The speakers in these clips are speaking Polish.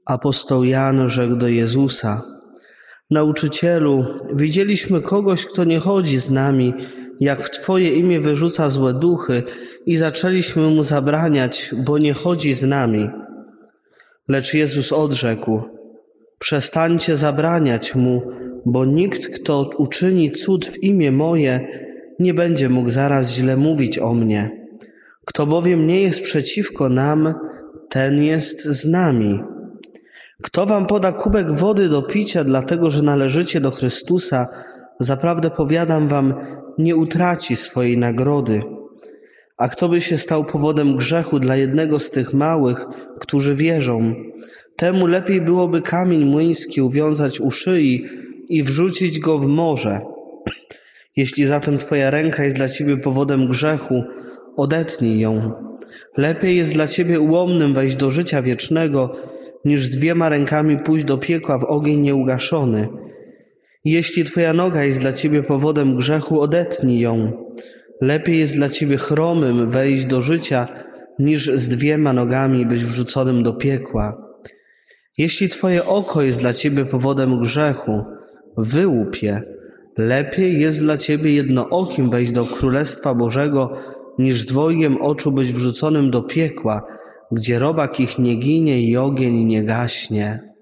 Apostoł Jan rzekł do Jezusa: Nauczycielu, widzieliśmy kogoś, kto nie chodzi z nami, jak w Twoje imię wyrzuca złe duchy i zaczęliśmy mu zabraniać, bo nie chodzi z nami. Lecz Jezus odrzekł: Przestańcie zabraniać mu, bo nikt, kto uczyni cud w imię moje, nie będzie mógł zaraz źle mówić o mnie. Kto bowiem nie jest przeciwko nam, ten jest z nami. Kto wam poda kubek wody do picia, dlatego że należycie do Chrystusa, zaprawdę powiadam wam, nie utraci swojej nagrody. A kto by się stał powodem grzechu dla jednego z tych małych, którzy wierzą, temu lepiej byłoby kamień młyński uwiązać u szyi i wrzucić go w morze. Jeśli zatem twoja ręka jest dla ciebie powodem grzechu, odetnij ją. Lepiej jest dla ciebie ułomnym wejść do życia wiecznego, niż z 2 rękami pójść do piekła w ogień nieugaszony. Jeśli twoja noga jest dla ciebie powodem grzechu, odetnij ją. Lepiej jest dla ciebie chromym wejść do życia, niż z 2 nogami być wrzuconym do piekła. Jeśli twoje oko jest dla ciebie powodem grzechu, wyłup je. Lepiej jest dla ciebie jednookim wejść do Królestwa Bożego, niż z 2 oczu być wrzuconym do piekła, gdzie robak ich nie ginie i ogień nie gaśnie.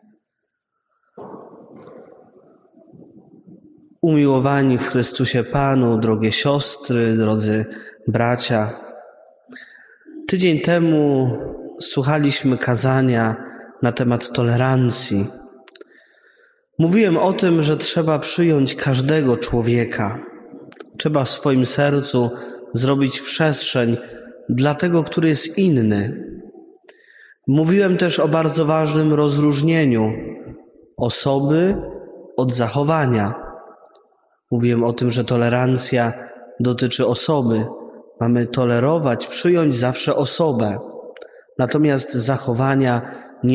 Umiłowani w Chrystusie Panu, drogie siostry, drodzy bracia, tydzień temu słuchaliśmy kazania na temat tolerancji. Mówiłem o tym, że trzeba przyjąć każdego człowieka. Trzeba w swoim sercu zrobić przestrzeń dla tego, który jest inny. Mówiłem też o bardzo ważnym rozróżnieniu osoby od zachowania. Mówiłem o tym, że tolerancja dotyczy osoby. Mamy tolerować, przyjąć zawsze osobę. Natomiast zachowania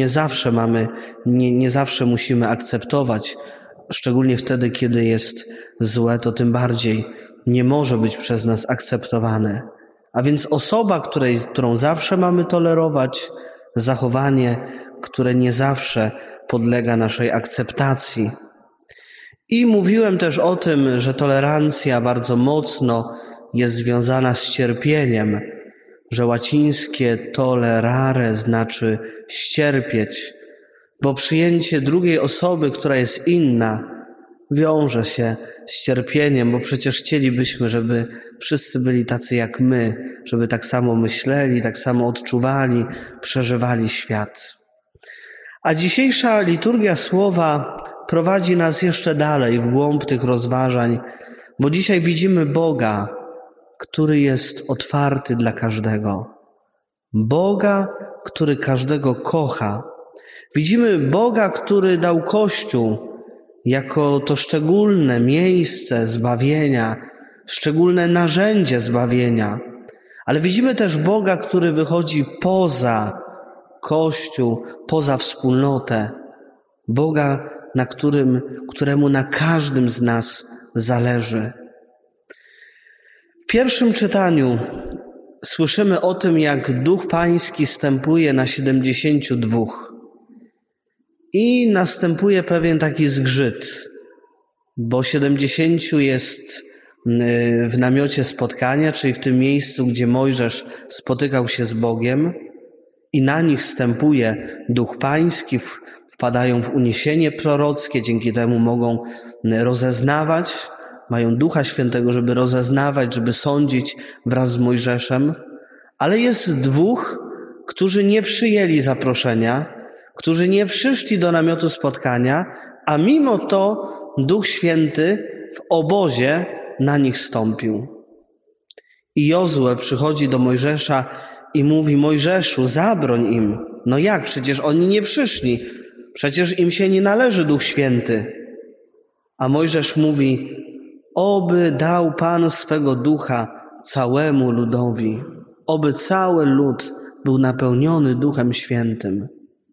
nie zawsze musimy akceptować. Szczególnie wtedy, kiedy jest złe, to tym bardziej nie może być przez nas akceptowane. A więc osoba, którą zawsze mamy tolerować, zachowanie, które nie zawsze podlega naszej akceptacji. I mówiłem też o tym, że tolerancja bardzo mocno jest związana z cierpieniem, że łacińskie tolerare znaczy ścierpieć, bo przyjęcie drugiej osoby, która jest inna, wiąże się z cierpieniem, bo przecież chcielibyśmy, żeby wszyscy byli tacy jak my, żeby tak samo myśleli, tak samo odczuwali, przeżywali świat. A dzisiejsza liturgia słowa prowadzi nas jeszcze dalej w głąb tych rozważań, bo dzisiaj widzimy Boga, który jest otwarty dla każdego. Boga, który każdego kocha. Widzimy Boga, który dał Kościół jako to szczególne miejsce zbawienia, szczególne narzędzie zbawienia. Ale widzimy też Boga, który wychodzi poza Kościół, poza wspólnotę. Boga, któremu na każdym z nas zależy. W pierwszym czytaniu słyszymy o tym, jak Duch Pański stępuje na 72. I następuje pewien taki zgrzyt, bo 70 jest w namiocie spotkania, czyli w tym miejscu, gdzie Mojżesz spotykał się z Bogiem, i na nich stępuje Duch Pański, wpadają w uniesienie prorockie, dzięki temu mogą rozeznawać, mają Ducha Świętego, żeby rozeznawać, żeby sądzić wraz z Mojżeszem, ale jest 2, którzy nie przyjęli zaproszenia, którzy nie przyszli do namiotu spotkania, a mimo to Duch Święty w obozie na nich stąpił. I Jozue przychodzi do Mojżesza i mówi: Mojżeszu, zabroń im. No jak? Przecież oni nie przyszli. Przecież im się nie należy Duch Święty. A Mojżesz mówi: oby dał Pan swego Ducha całemu ludowi. Oby cały lud był napełniony Duchem Świętym.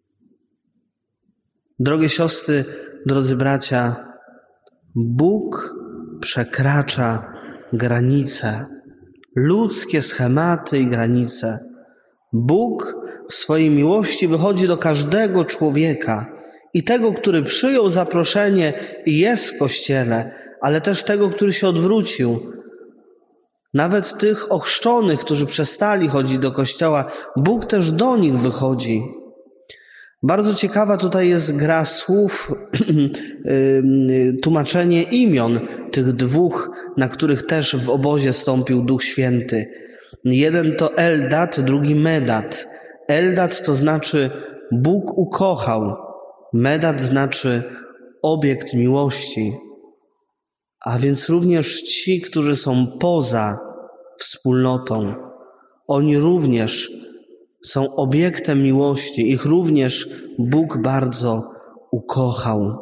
Drogie siostry, drodzy bracia, Bóg przekracza granice, ludzkie schematy i granice. Bóg w swojej miłości wychodzi do każdego człowieka. I tego, który przyjął zaproszenie i jest w Kościele, ale też tego, który się odwrócił. Nawet tych ochrzczonych, którzy przestali chodzić do Kościoła, Bóg też do nich wychodzi. Bardzo ciekawa tutaj jest gra słów, tłumaczenie imion tych dwóch, na których też w obozie stąpił Duch Święty. Jeden to Eldat, drugi Medat. Eldat to znaczy Bóg ukochał. Medat znaczy obiekt miłości. A więc również ci, którzy są poza wspólnotą, oni również są obiektem miłości. Ich również Bóg bardzo ukochał.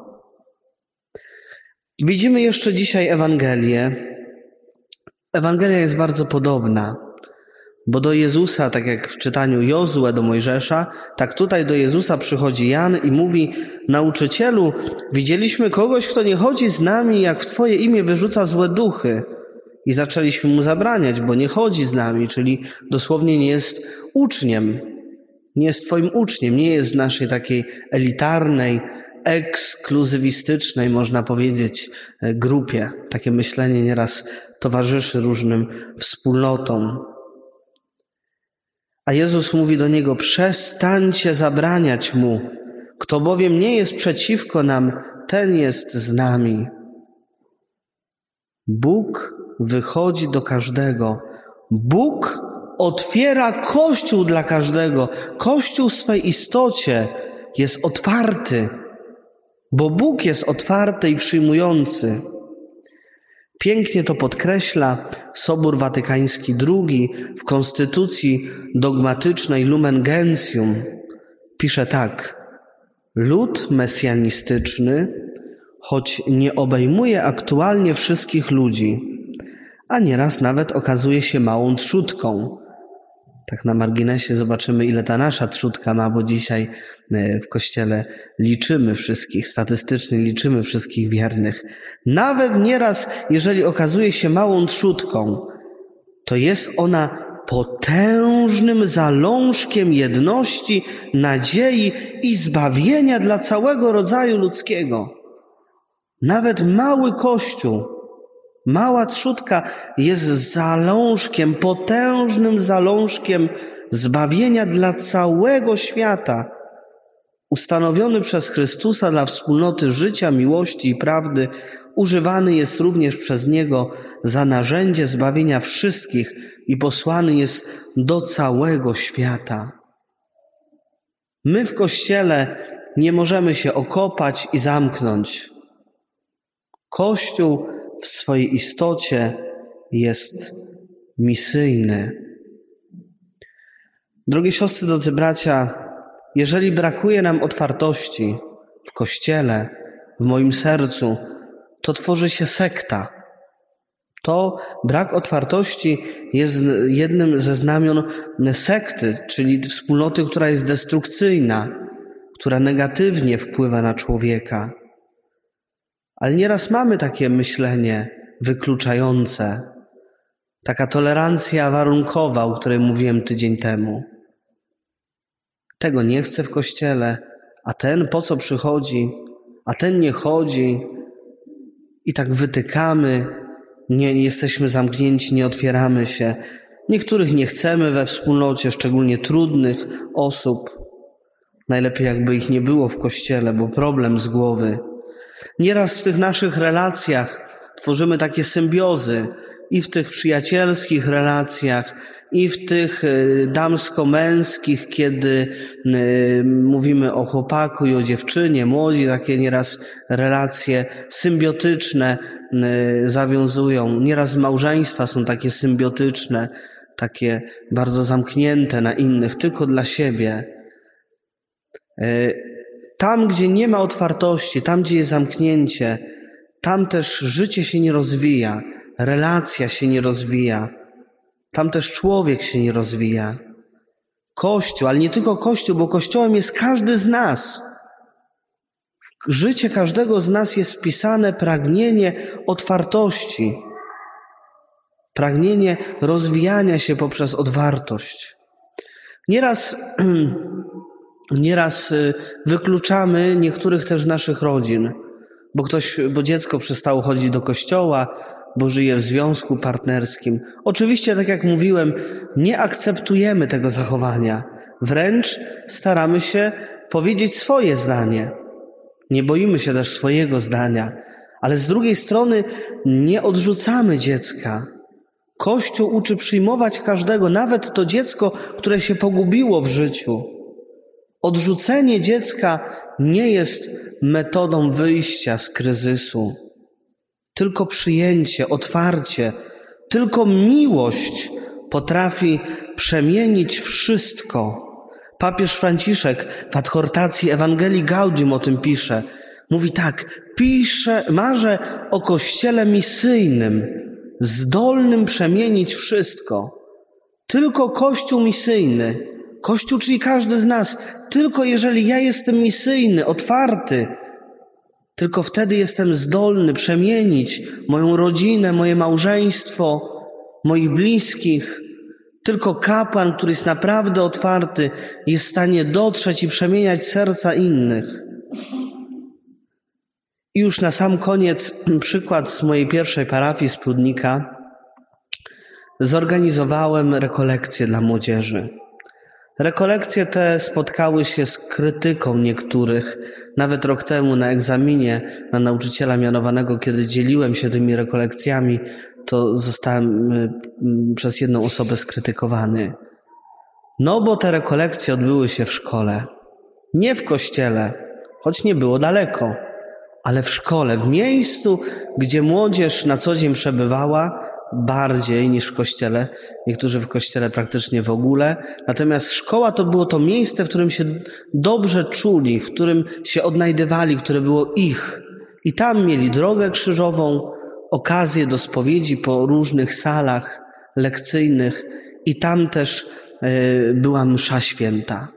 Widzimy jeszcze dzisiaj Ewangelię. Ewangelia jest bardzo podobna, bo do Jezusa, tak jak w czytaniu Jozue do Mojżesza, tak tutaj do Jezusa przychodzi Jan i mówi: Nauczycielu, widzieliśmy kogoś, kto nie chodzi z nami, jak w Twoje imię wyrzuca złe duchy. I zaczęliśmy mu zabraniać, bo nie chodzi z nami, czyli dosłownie nie jest uczniem. Nie jest Twoim uczniem, nie jest w naszej takiej elitarnej, ekskluzywistycznej, można powiedzieć, grupie. Takie myślenie nieraz towarzyszy różnym wspólnotom. A Jezus mówi do niego: przestańcie zabraniać mu. Kto bowiem nie jest przeciwko nam, ten jest z nami. Bóg wychodzi do każdego. Bóg otwiera Kościół dla każdego. Kościół w swej istocie jest otwarty, bo Bóg jest otwarty i przyjmujący. Pięknie to podkreśla Sobór Watykański II w konstytucji dogmatycznej Lumen Gentium. Pisze tak: lud mesjanistyczny, choć nie obejmuje aktualnie wszystkich ludzi, a nieraz nawet okazuje się małą trzódką. Tak na marginesie zobaczymy, ile ta nasza trzódka ma, bo dzisiaj w Kościele liczymy wszystkich, statystycznie liczymy wszystkich wiernych. Nawet nieraz, jeżeli okazuje się małą trzódką, to jest ona potężnym zalążkiem jedności, nadziei i zbawienia dla całego rodzaju ludzkiego. Nawet mały Kościół, mała trzódka jest zalążkiem, potężnym zalążkiem zbawienia dla całego świata. Ustanowiony przez Chrystusa dla wspólnoty życia, miłości i prawdy, używany jest również przez Niego za narzędzie zbawienia wszystkich i posłany jest do całego świata. My w Kościele nie możemy się okopać i zamknąć. Kościół w swojej istocie jest misyjny. Drogie siostry, drodzy bracia, jeżeli brakuje nam otwartości w Kościele, w moim sercu, to tworzy się sekta. To brak otwartości jest jednym ze znamion sekty, czyli wspólnoty, która jest destrukcyjna, która negatywnie wpływa na człowieka. Ale nieraz mamy takie myślenie wykluczające, taka tolerancja warunkowa, o której mówiłem tydzień temu. Tego nie chce w Kościele, a ten po co przychodzi, a ten nie chodzi. I tak wytykamy, nie jesteśmy zamknięci, nie otwieramy się. Niektórych nie chcemy we wspólnocie, szczególnie trudnych osób. Najlepiej jakby ich nie było w Kościele, bo problem z głowy. Nieraz w tych naszych relacjach tworzymy takie symbiozy i w tych przyjacielskich relacjach, i w tych damsko-męskich, kiedy mówimy o chłopaku i o dziewczynie, młodzi takie nieraz relacje symbiotyczne zawiązują. Nieraz małżeństwa są takie symbiotyczne, takie bardzo zamknięte na innych, tylko dla siebie. Tam, gdzie nie ma otwartości, tam, gdzie jest zamknięcie, tam też życie się nie rozwija, relacja się nie rozwija, tam też człowiek się nie rozwija. Kościół, ale nie tylko Kościół, bo Kościołem jest każdy z nas. W życie każdego z nas jest wpisane pragnienie otwartości, pragnienie rozwijania się poprzez otwartość. Nieraz wykluczamy niektórych też z naszych rodzin, bo dziecko przestało chodzić do kościoła, bo żyje w związku partnerskim. Oczywiście, tak jak mówiłem, nie akceptujemy tego zachowania. Wręcz staramy się powiedzieć swoje zdanie. Nie boimy się też swojego zdania, ale z drugiej strony nie odrzucamy dziecka. Kościół uczy przyjmować każdego, nawet to dziecko, które się pogubiło w życiu. Odrzucenie dziecka nie jest metodą wyjścia z kryzysu. Tylko przyjęcie, otwarcie, tylko miłość potrafi przemienić wszystko. Papież Franciszek w adhortacji Ewangelii Gaudium o tym pisze. Mówi tak, marzę o Kościele misyjnym, zdolnym przemienić wszystko. Tylko Kościół misyjny, Kościół, czyli każdy z nas, tylko jeżeli ja jestem misyjny, otwarty, tylko wtedy jestem zdolny przemienić moją rodzinę, moje małżeństwo, moich bliskich. Tylko kapłan, który jest naprawdę otwarty, jest w stanie dotrzeć i przemieniać serca innych. I już na sam koniec przykład z mojej pierwszej parafii z Prudnika. Zorganizowałem rekolekcje dla młodzieży. Rekolekcje te spotkały się z krytyką niektórych. Nawet rok temu na egzaminie na nauczyciela mianowanego, kiedy dzieliłem się tymi rekolekcjami, to zostałem przez jedną osobę skrytykowany. No bo te rekolekcje odbyły się w szkole. Nie w kościele, choć nie było daleko, ale w szkole, w miejscu, gdzie młodzież na co dzień przebywała, bardziej niż w kościele. Niektórzy w kościele praktycznie w ogóle. Natomiast szkoła to było to miejsce, w którym się dobrze czuli, w którym się odnajdywali, które było ich. I tam mieli drogę krzyżową, okazję do spowiedzi po różnych salach lekcyjnych i tam też była msza święta.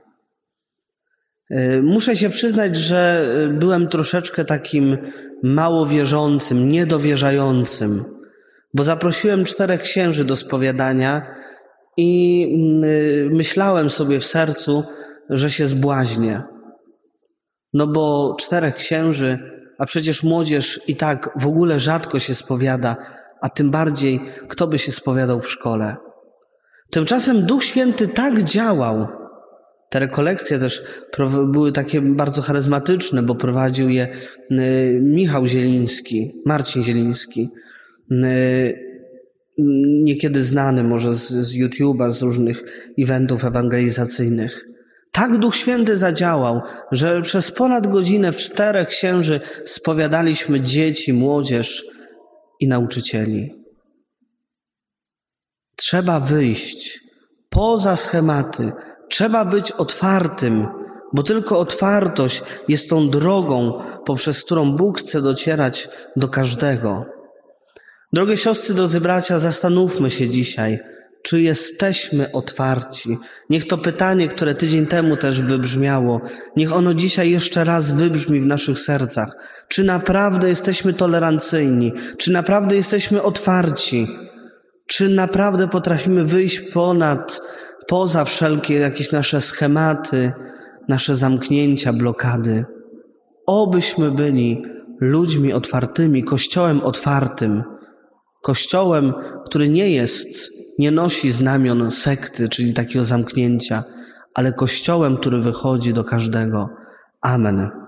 Muszę się przyznać, że byłem troszeczkę takim mało wierzącym, niedowierzającym, bo zaprosiłem 4 księży do spowiadania i myślałem sobie w sercu, że się zbłaźnię. No bo 4 księży, a przecież młodzież i tak w ogóle rzadko się spowiada, a tym bardziej kto by się spowiadał w szkole. Tymczasem Duch Święty tak działał. Te rekolekcje też były takie bardzo charyzmatyczne, bo prowadził je Marcin Zieliński. Niekiedy znany może z YouTube'a, z różnych eventów ewangelizacyjnych. Tak Duch Święty zadziałał, że przez ponad godzinę w 4 księży spowiadaliśmy dzieci, młodzież i nauczycieli. Trzeba wyjść poza schematy, trzeba być otwartym, bo tylko otwartość jest tą drogą, poprzez którą Bóg chce docierać do każdego. Drogie siostry, drodzy bracia, zastanówmy się dzisiaj, czy jesteśmy otwarci. Niech to pytanie, które tydzień temu też wybrzmiało, niech ono dzisiaj jeszcze raz wybrzmi w naszych sercach. Czy naprawdę jesteśmy tolerancyjni? Czy naprawdę jesteśmy otwarci? Czy naprawdę potrafimy wyjść poza wszelkie jakieś nasze schematy, nasze zamknięcia, blokady? Obyśmy byli ludźmi otwartymi, Kościołem otwartym. Kościołem, który nie nosi znamion sekty, czyli takiego zamknięcia, ale Kościołem, który wychodzi do każdego. Amen.